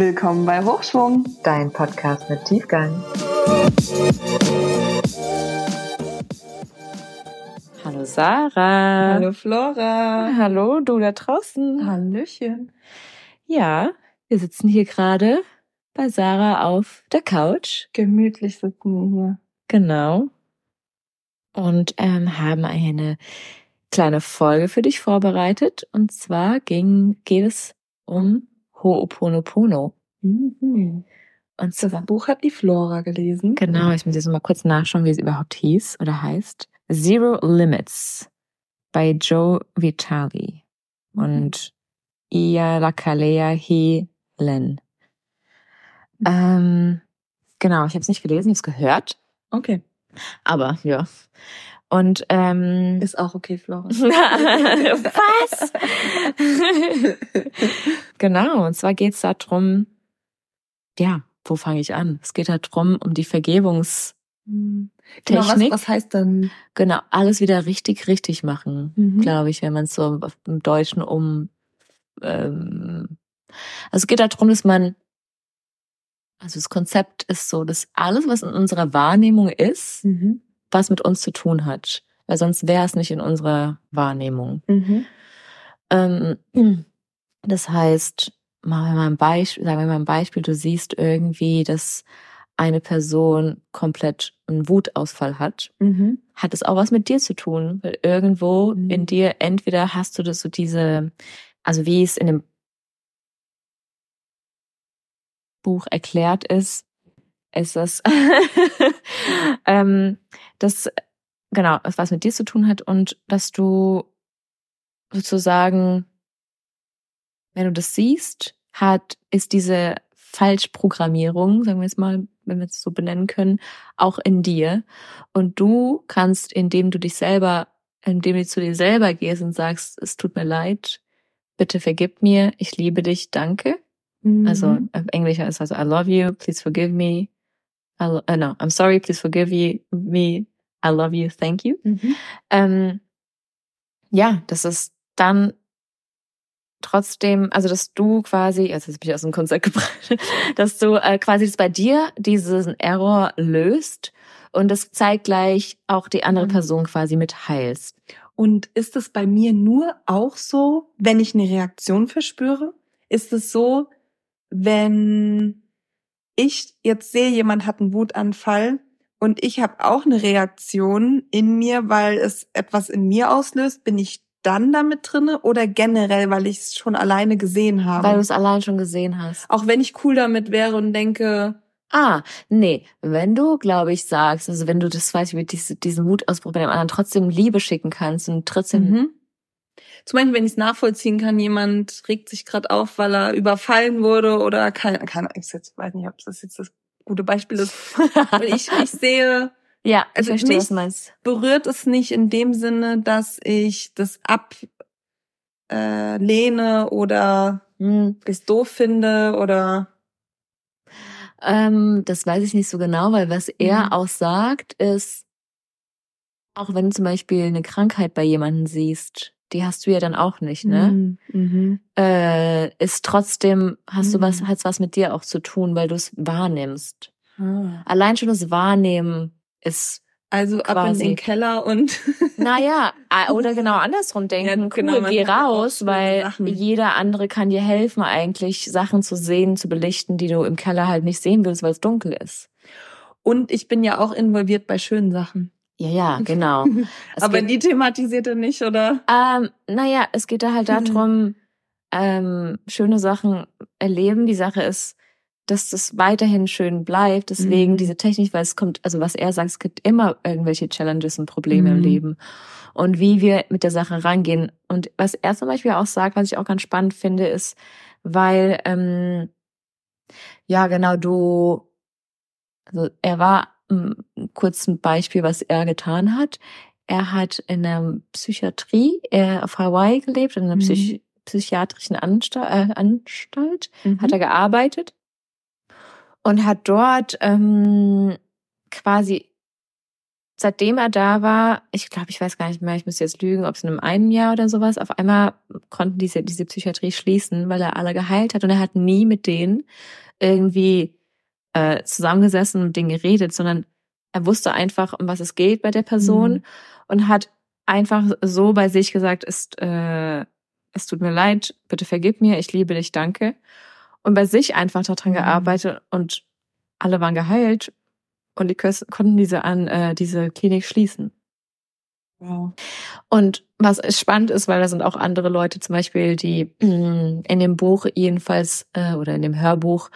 Willkommen bei Hochschwung, dein Podcast mit Tiefgang. Hallo Sarah. Hallo Flora. Hallo du da draußen. Hallöchen. Ja, wir sitzen hier gerade bei Sarah auf der Couch. Gemütlich sitzen wir hier. Genau. Und haben eine kleine Folge für dich vorbereitet. Und zwar geht es um Ho'oponopono. Mhm. Und Das Buch hat die Flora gelesen. Genau, ich muss jetzt mal kurz nachschauen, wie es überhaupt hieß oder heißt. Zero Limits bei Joe Vitale und Ialakalea Helen. Genau, ich habe es nicht gelesen, ich habe es gehört. Okay. Aber ja. Und ist auch okay, Flora. Was? Genau, und zwar geht's darum, ja, wo fange ich an? Es geht darum, um die Vergebungstechnik. Genau, was heißt dann? Genau, alles wieder richtig machen, glaube ich, wenn man es so im Deutschen also es geht darum, dass also das Konzept ist so, dass alles, was in unserer Wahrnehmung ist, was mit uns zu tun hat. Weil sonst wäre es nicht in unserer Wahrnehmung. Das heißt, sagen wir mal ein Beispiel, du siehst irgendwie, dass eine Person komplett einen Wutausfall hat, hat es auch was mit dir zu tun. Weil irgendwo in dir, entweder hast du das so also wie es in dem Buch erklärt ist das, das, genau, was mit dir zu tun hat und dass du sozusagen, wenn du das siehst, ist diese Falschprogrammierung, sagen wir jetzt mal, wenn wir es so benennen können, auch in dir. Und du kannst, indem du zu dir selber gehst und sagst, es tut mir leid, bitte vergib mir, ich liebe dich, danke. Also im Englischen ist also I love you, please forgive me. No, I'm sorry, please forgive me, I love you, thank you. Ja, das ist dann trotzdem, also dass du quasi, jetzt bin ich aus dem Konzept gebracht, dass du quasi das bei dir diesen Error löst und das zeitgleich auch die andere Person quasi mit heilst. Und ist es bei mir nur auch so, wenn ich eine Reaktion verspüre? Ist es so, wenn ich jetzt sehe, jemand hat einen Wutanfall und ich habe auch eine Reaktion in mir, weil es etwas in mir auslöst, bin ich dann damit drinne oder generell, weil ich es schon alleine gesehen habe? Weil du es allein schon gesehen hast. Auch wenn ich cool damit wäre und denke... Nee, wenn du, glaube ich, sagst, also wenn du das weißt, wie diesen Wutausbruch bei dem anderen trotzdem Liebe schicken kannst und trotzdem... Zum Beispiel, wenn ich es nachvollziehen kann, jemand regt sich gerade auf, weil er überfallen wurde oder keine ich weiß nicht, ob das jetzt das gute Beispiel ist. ich sehe... Ja, also ich verstehe, mich was du meinst. Berührt es nicht in dem Sinne, dass ich das ablehne oder es doof finde oder... Das weiß ich nicht so genau, weil was er auch sagt, ist, auch wenn du zum Beispiel eine Krankheit bei jemandem siehst, die hast du ja dann auch nicht, ne? Ist trotzdem, hat's was mit dir auch zu tun, weil du es wahrnimmst. Allein schon das Wahrnehmen ist also quasi, ab in den Keller und... Naja, oder genau andersrum denken, ja, cool, geh raus, weil jeder andere kann dir helfen, eigentlich Sachen zu sehen, zu belichten, die du im Keller halt nicht sehen willst, weil es dunkel ist. Und ich bin ja auch involviert bei schönen Sachen. Ja, genau. Aber die thematisiert er nicht, oder? Naja, es geht da halt darum, schöne Sachen erleben. Die Sache ist, dass das weiterhin schön bleibt. Deswegen diese Technik, weil es kommt, also was er sagt, es gibt immer irgendwelche Challenges und Probleme im Leben. Und wie wir mit der Sache rangehen. Und was er zum Beispiel auch sagt, was ich auch ganz spannend finde, ist, weil, ja genau, also er war, kurz ein Beispiel, was er getan hat. Er hat in der Psychiatrie auf Hawaii gelebt, in einer psychiatrischen Anstalt, hat er gearbeitet und hat dort quasi seitdem er da war, ich glaube, ich weiß gar nicht mehr, ich müsste jetzt lügen, ob es in einem einen Jahr oder sowas, auf einmal konnten diese Psychiatrie schließen, weil er alle geheilt hat und er hat nie mit denen irgendwie zusammengesessen und mit denen geredet, sondern er wusste einfach, um was es geht bei der Person und hat einfach so bei sich gesagt, es tut mir leid, bitte vergib mir, ich liebe dich, danke. Und bei sich einfach daran gearbeitet und alle waren geheilt und die konnten diese Klinik schließen. Wow. Und was spannend ist, weil da sind auch andere Leute zum Beispiel, die in dem Buch jedenfalls oder in dem Hörbuch,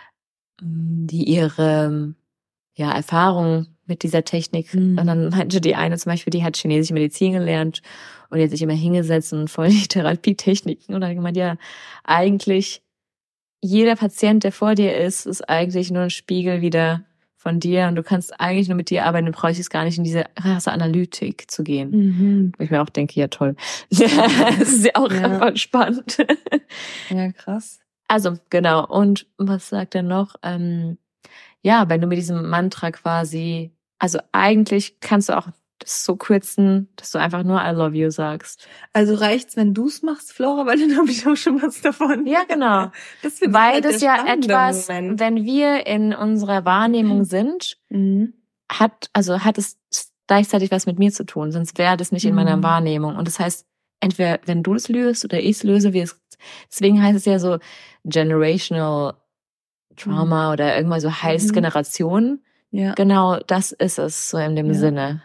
die ihre Erfahrungen mit dieser Technik. Und dann meinte die eine zum Beispiel, die hat chinesische Medizin gelernt und die hat sich immer hingesetzt und voll die Therapietechniken und dann hat gemeint, ja, eigentlich jeder Patient, der vor dir ist eigentlich nur ein Spiegel wieder von dir und du kannst eigentlich nur mit dir arbeiten, du brauchst es gar nicht in diese krasse Analytik zu gehen. Wo ich mir auch denke, ja toll. Das ist ja auch einfach spannend. Ja, krass. Also, genau. Und was sagt er noch? Wenn du mit diesem Mantra quasi, also eigentlich kannst du auch das so kürzen, dass du einfach nur I love you sagst. Also reicht's, wenn du's machst, Flora, weil dann habe ich auch schon was davon. Ja, genau. Weil das ja etwas, wenn wir in unserer Wahrnehmung sind, hat es gleichzeitig was mit mir zu tun, sonst wäre das nicht in meiner Wahrnehmung. Und das heißt, entweder wenn du es löst oder ich es löse, deswegen heißt es ja so generational Trauma oder irgendwann so heißt Generation. Ja. Genau, das ist es so in dem Sinne.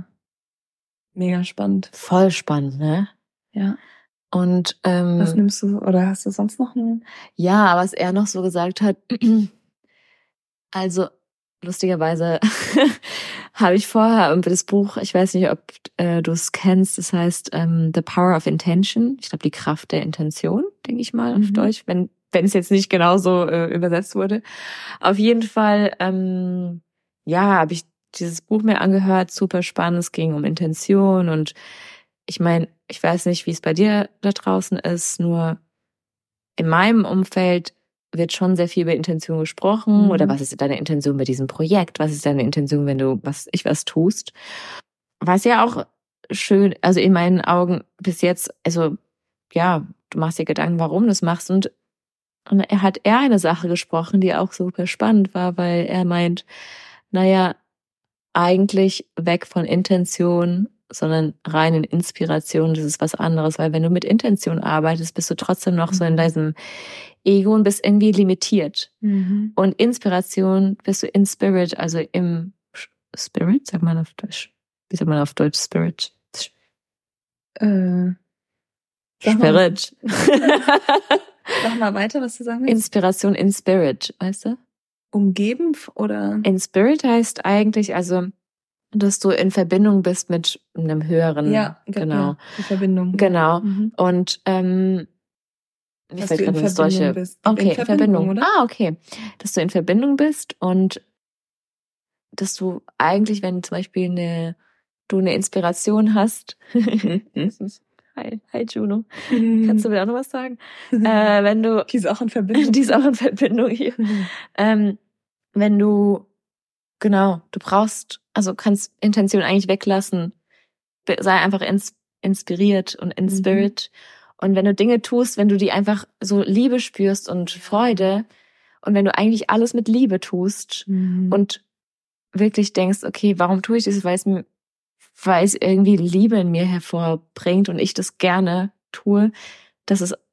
Mega spannend. Voll spannend, ne? Ja. Und was nimmst du, oder hast du sonst noch einen? Ja, was er noch so gesagt hat, also lustigerweise habe ich vorher das Buch, ich weiß nicht, ob du es kennst, das heißt The Power of Intention. Ich glaube, die Kraft der Intention, denke ich mal auf Deutsch, wenn es jetzt nicht genauso übersetzt wurde. Auf jeden Fall, habe ich dieses Buch mir angehört, super spannend, es ging um Intention und ich meine, ich weiß nicht, wie es bei dir da draußen ist, nur in meinem Umfeld wird schon sehr viel über Intention gesprochen oder was ist deine Intention bei diesem Projekt, was ist deine Intention, wenn du was tust. Was ja auch schön, also in meinen Augen bis jetzt, also ja, du machst dir Gedanken, warum du es machst und er hat eine Sache gesprochen, die auch super spannend war, weil er meint, eigentlich weg von Intention, sondern rein in Inspiration, das ist was anderes, weil wenn du mit Intention arbeitest, bist du trotzdem noch so in diesem Ego und bist irgendwie limitiert. Und Inspiration bist du in Spirit, also im Spirit, sagt man auf Deutsch. Wie sagt man auf Deutsch Spirit? Spirit. Sag mal weiter, was du sagen willst. Inspiration in Spirit, weißt du? Umgeben oder? In Spirit heißt eigentlich, also, dass du in Verbindung bist mit einem höheren. Ja, genau. Ja, die Verbindung. Genau. Und dass du in Verbindung bist. Okay, in Verbindung, oder? Okay. Dass du in Verbindung bist und dass du eigentlich, wenn zum Beispiel du eine Inspiration hast, Hi Juno. Kannst du mir auch noch was sagen? Wenn du die ist auch in Verbindung. Die ist auch in Verbindung hier. Wenn du kannst Intention eigentlich weglassen. Sei einfach inspiriert und in Spirit. Und wenn du Dinge tust, wenn du die einfach so Liebe spürst und Freude und wenn du eigentlich alles mit Liebe tust und wirklich denkst, okay, warum tue ich das? Weil es irgendwie Liebe in mir hervorbringt und ich das gerne tue, das ist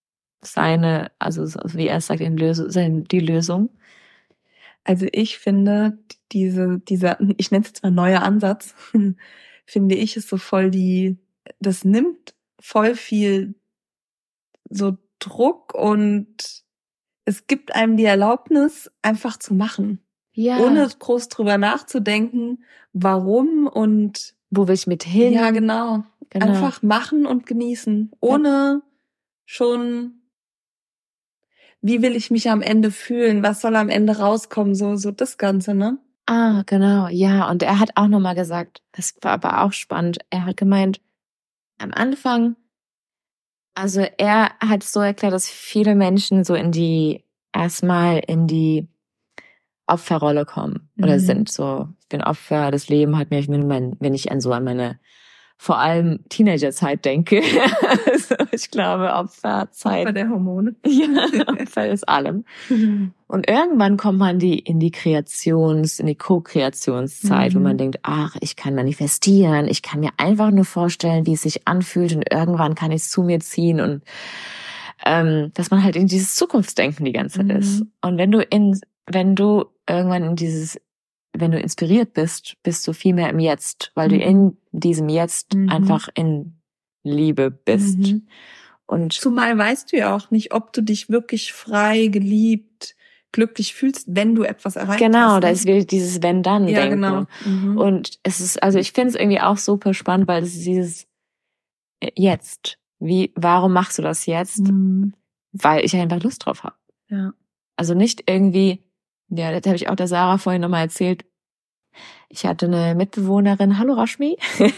wie er sagt, die Lösung. Also ich finde, dieser, ich nenne es zwar neuer Ansatz, finde ich, ist so voll das nimmt voll viel so Druck und es gibt einem die Erlaubnis, einfach zu machen. Ja. Ohne groß drüber nachzudenken, warum und wo will ich mit hin? Ja, genau. Einfach machen und genießen. Ohne schon, wie will ich mich am Ende fühlen? Was soll am Ende rauskommen? So das Ganze, ne? Genau. Ja, und er hat auch nochmal gesagt, das war aber auch spannend. Er hat gemeint, am Anfang, also er hat so erklärt, dass viele Menschen so erstmal in die Opferrolle kommen oder sind so, ich bin Opfer, das Leben hat mir, wenn ich an meine vor allem Teenagerzeit denke, also ich glaube Opferzeit. Opfer der Hormone. Ja, Opfer ist allem. Und irgendwann kommt man in die Co-Kreationszeit, wo man denkt, ach, ich kann manifestieren, ich kann mir einfach nur vorstellen, wie es sich anfühlt und irgendwann kann ich es zu mir ziehen und dass man halt in dieses Zukunftsdenken die ganze Zeit ist. Und wenn du irgendwann wenn du inspiriert bist, bist du viel mehr im Jetzt, weil du in diesem Jetzt einfach in Liebe bist. Und zumal weißt du ja auch nicht, ob du dich wirklich frei, geliebt, glücklich fühlst, wenn du etwas erreicht hast. Genau, da ist wieder dieses Wenn-Dann-Denken. Ja, genau. Und es ist, also ich finde es irgendwie auch super spannend, weil es ist dieses Jetzt. Warum machst du das jetzt? Weil ich einfach Lust drauf habe. Ja. Also nicht irgendwie, ja, das habe ich auch der Sarah vorhin nochmal erzählt. Ich hatte eine Mitbewohnerin, hallo Rashmi.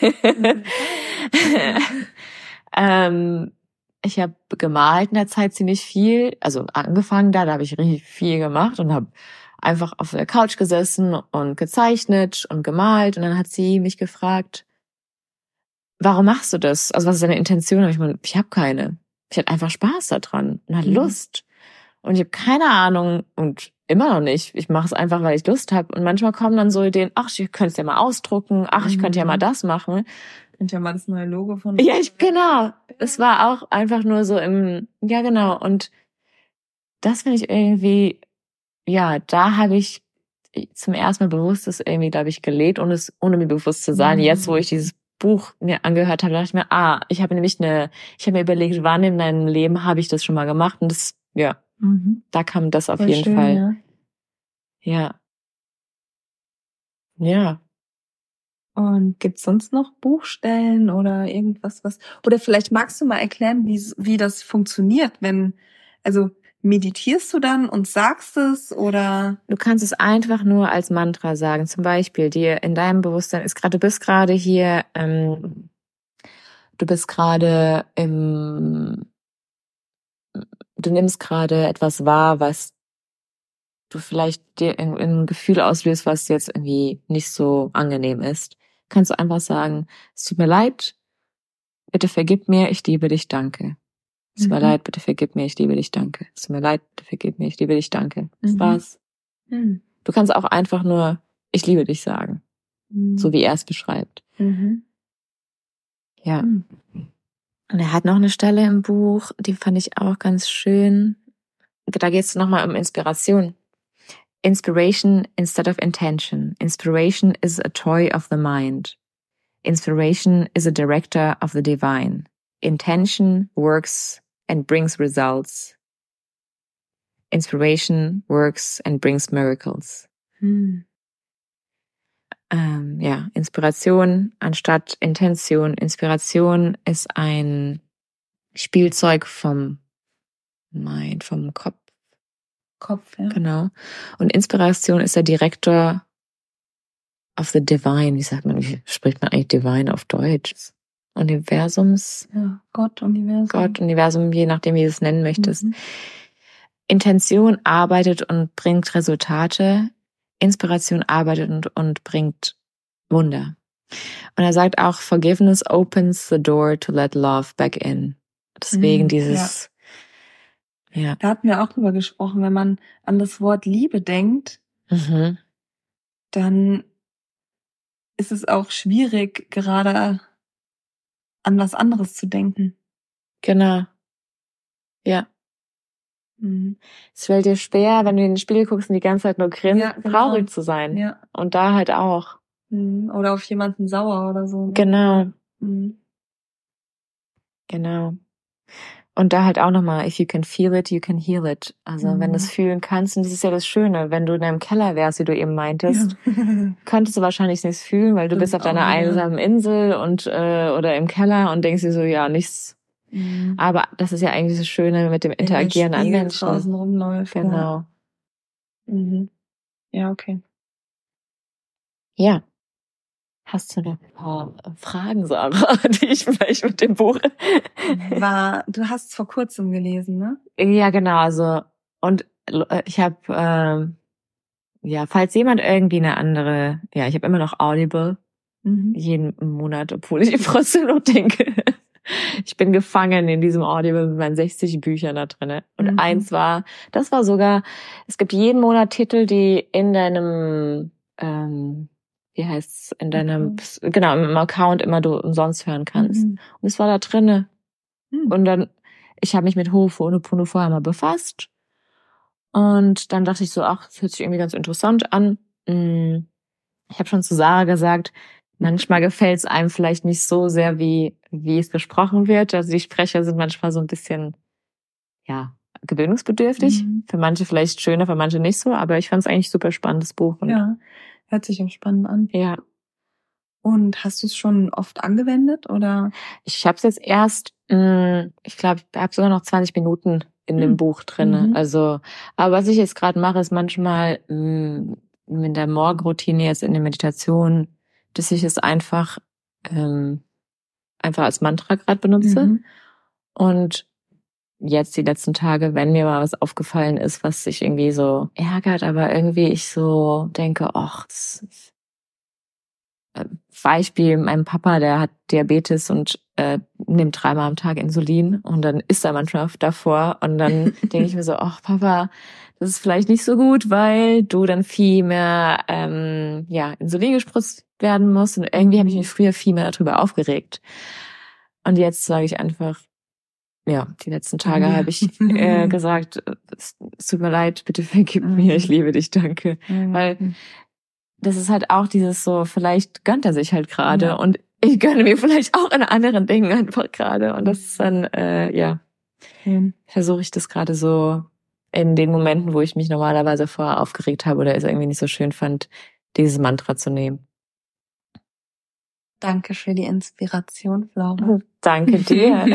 Ich habe gemalt in der Zeit ziemlich viel, also angefangen da habe ich richtig viel gemacht und habe einfach auf der Couch gesessen und gezeichnet und gemalt. Und dann hat sie mich gefragt, warum machst du das? Also was ist deine Intention? Ich habe keine. Ich hatte einfach Spaß daran und hatte Lust. Und ich habe keine Ahnung und immer noch nicht. Ich mache es einfach, weil ich Lust habe. Und manchmal kommen dann so Ideen, ach, ich könnte es ja mal ausdrucken, ach, ich könnte ja mal das machen. Und ja mal das neue Logo von... Ja, genau. Es war auch einfach nur so ja genau. Und das finde ich irgendwie, ja, da habe ich zum ersten Mal bewusst das irgendwie, glaube ich, gelebt, ohne mir bewusst zu sein. Jetzt, wo ich dieses Buch mir angehört habe, dachte ich mir, ich habe mir überlegt, wann in meinem Leben habe ich das schon mal gemacht? Und das, ja, da kam das auf jeden schön, Fall. Ja. Ja. Und gibt's sonst noch Buchstellen oder irgendwas, oder vielleicht magst du mal erklären, wie das funktioniert, also meditierst du dann und sagst es oder? Du kannst es einfach nur als Mantra sagen. Zum Beispiel dir in deinem Bewusstsein du bist gerade hier, du nimmst gerade etwas wahr, was du vielleicht dir ein Gefühl auslöst, was jetzt irgendwie nicht so angenehm ist. Kannst du einfach sagen, es tut mir leid, bitte vergib mir, ich liebe dich, danke. Es tut mir leid, bitte vergib mir, ich liebe dich, danke. Es tut mir leid, bitte vergib mir, ich liebe dich, danke. Das war's. Du kannst auch einfach nur, ich liebe dich sagen. So wie er es beschreibt. Ja. Und er hat noch eine Stelle im Buch, die fand ich auch ganz schön. Da geht es nochmal um Inspiration. Inspiration instead of intention. Inspiration is a toy of the mind. Inspiration is a director of the divine. Intention works and brings results. Inspiration works and brings miracles. Ja, Inspiration anstatt Intention. Inspiration ist ein Spielzeug vom Kopf. Ja. Genau. Und Inspiration ist der Direktor of the divine. Wie spricht man eigentlich divine auf Deutsch? Universums? Ja, Gott, Universum, je nachdem, wie du es nennen möchtest. Intention arbeitet und bringt Resultate. Inspiration arbeitet und bringt Wunder. Und er sagt auch, Forgiveness opens the door to let love back in. Deswegen dieses... Ja. Da hatten wir auch drüber gesprochen, wenn man an das Wort Liebe denkt, dann ist es auch schwierig, gerade an was anderes zu denken. Genau. Ja. Es fällt dir schwer, wenn du in den Spiegel guckst und die ganze Zeit nur grinst, traurig zu sein. Ja. Und da halt auch. Oder auf jemanden sauer oder so. Genau. Genau. Und da halt auch nochmal, if you can feel it, you can heal it. Also wenn du es fühlen kannst, und das ist ja das Schöne, wenn du in deinem Keller wärst, wie du eben meintest, könntest du wahrscheinlich nichts fühlen, weil du bist auf deiner einsamen Insel und oder im Keller und denkst dir so, ja, nichts. Aber das ist ja eigentlich das Schöne mit dem Interagieren an Menschen. Draußen rumläuft. Genau. Ja, okay. Ja. Hast du noch ein paar Fragen, Sarah, die ich vielleicht mit dem Buch... Du hast es vor kurzem gelesen, ne? Ja, genau. Also und ich habe ja, falls jemand irgendwie eine andere, ja, ich habe immer noch Audible jeden Monat, obwohl ich trotzdem noch denke, ich bin gefangen in diesem Audible mit meinen 60 Büchern da drin. Und das war sogar, es gibt jeden Monat Titel, die in deinem, wie heißt's, in deinem, genau, im Account immer du umsonst hören kannst. Und es war da drinne. Und dann, ich habe mich mit Ho'oponopono vorher mal befasst. Und dann dachte ich so, ach, das hört sich irgendwie ganz interessant an. Ich habe schon zu Sarah gesagt, manchmal gefällt es einem vielleicht nicht so sehr, wie es gesprochen wird. Also die Sprecher sind manchmal so ein bisschen, ja, gewöhnungsbedürftig. Für manche vielleicht schöner, für manche nicht so. Aber ich fand es eigentlich ein super spannendes Buch. Und ja, hört sich auch spannend an. Ja. Und hast du es schon oft angewendet, oder? Ich habe es jetzt erst, ich glaube, ich habe sogar noch 20 Minuten in dem Buch drinne. Also, aber was ich jetzt gerade mache, ist manchmal in der Morgenroutine, jetzt in der Meditation, dass ich es einfach als Mantra gerade benutze. Und jetzt die letzten Tage, wenn mir mal was aufgefallen ist, was sich irgendwie so ärgert, aber irgendwie ich so denke, ach, Beispiel, mein Papa, der hat Diabetes und nimmt 3-mal am Tag Insulin und dann isst er manchmal davor und dann denke ich mir so, ach Papa, das ist vielleicht nicht so gut, weil du dann viel mehr Insulin gespritzt werden musst und irgendwie habe ich mich früher viel mehr darüber aufgeregt. Und jetzt sage ich einfach, ja, die letzten Tage habe ich gesagt, es tut mir leid, bitte vergib mir, ich liebe dich, danke. Weil das ist halt auch dieses so, vielleicht gönnt er sich halt gerade und ich gönne mir vielleicht auch in anderen Dingen einfach gerade. Und das ist dann, versuche ich das gerade so in den Momenten, wo ich mich normalerweise vorher aufgeregt habe oder es irgendwie nicht so schön fand, dieses Mantra zu nehmen. Danke für die Inspiration, Flora. Danke dir.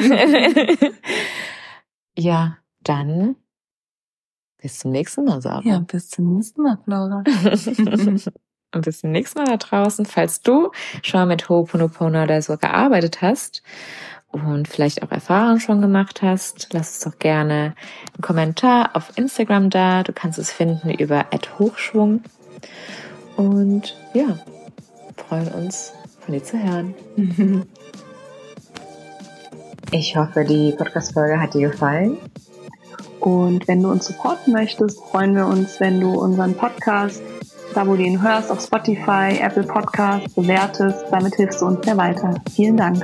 Ja, dann bis zum nächsten Mal, Sarah. Ja, bis zum nächsten Mal, Flora. Und bis zum nächsten Mal da draußen. Falls du schon mit Ho'oponopono oder so gearbeitet hast und vielleicht auch Erfahrungen schon gemacht hast, lass uns doch gerne einen Kommentar auf Instagram da. Du kannst es finden über @Hochschwung. Und ja, freuen uns, von dir zu hören. Ich hoffe, die Podcast-Folge hat dir gefallen. Und wenn du uns supporten möchtest, freuen wir uns, wenn du unseren Podcast, da wo du ihn hörst, auf Spotify, Apple Podcasts, bewertest. Damit hilfst du uns sehr weiter. Vielen Dank.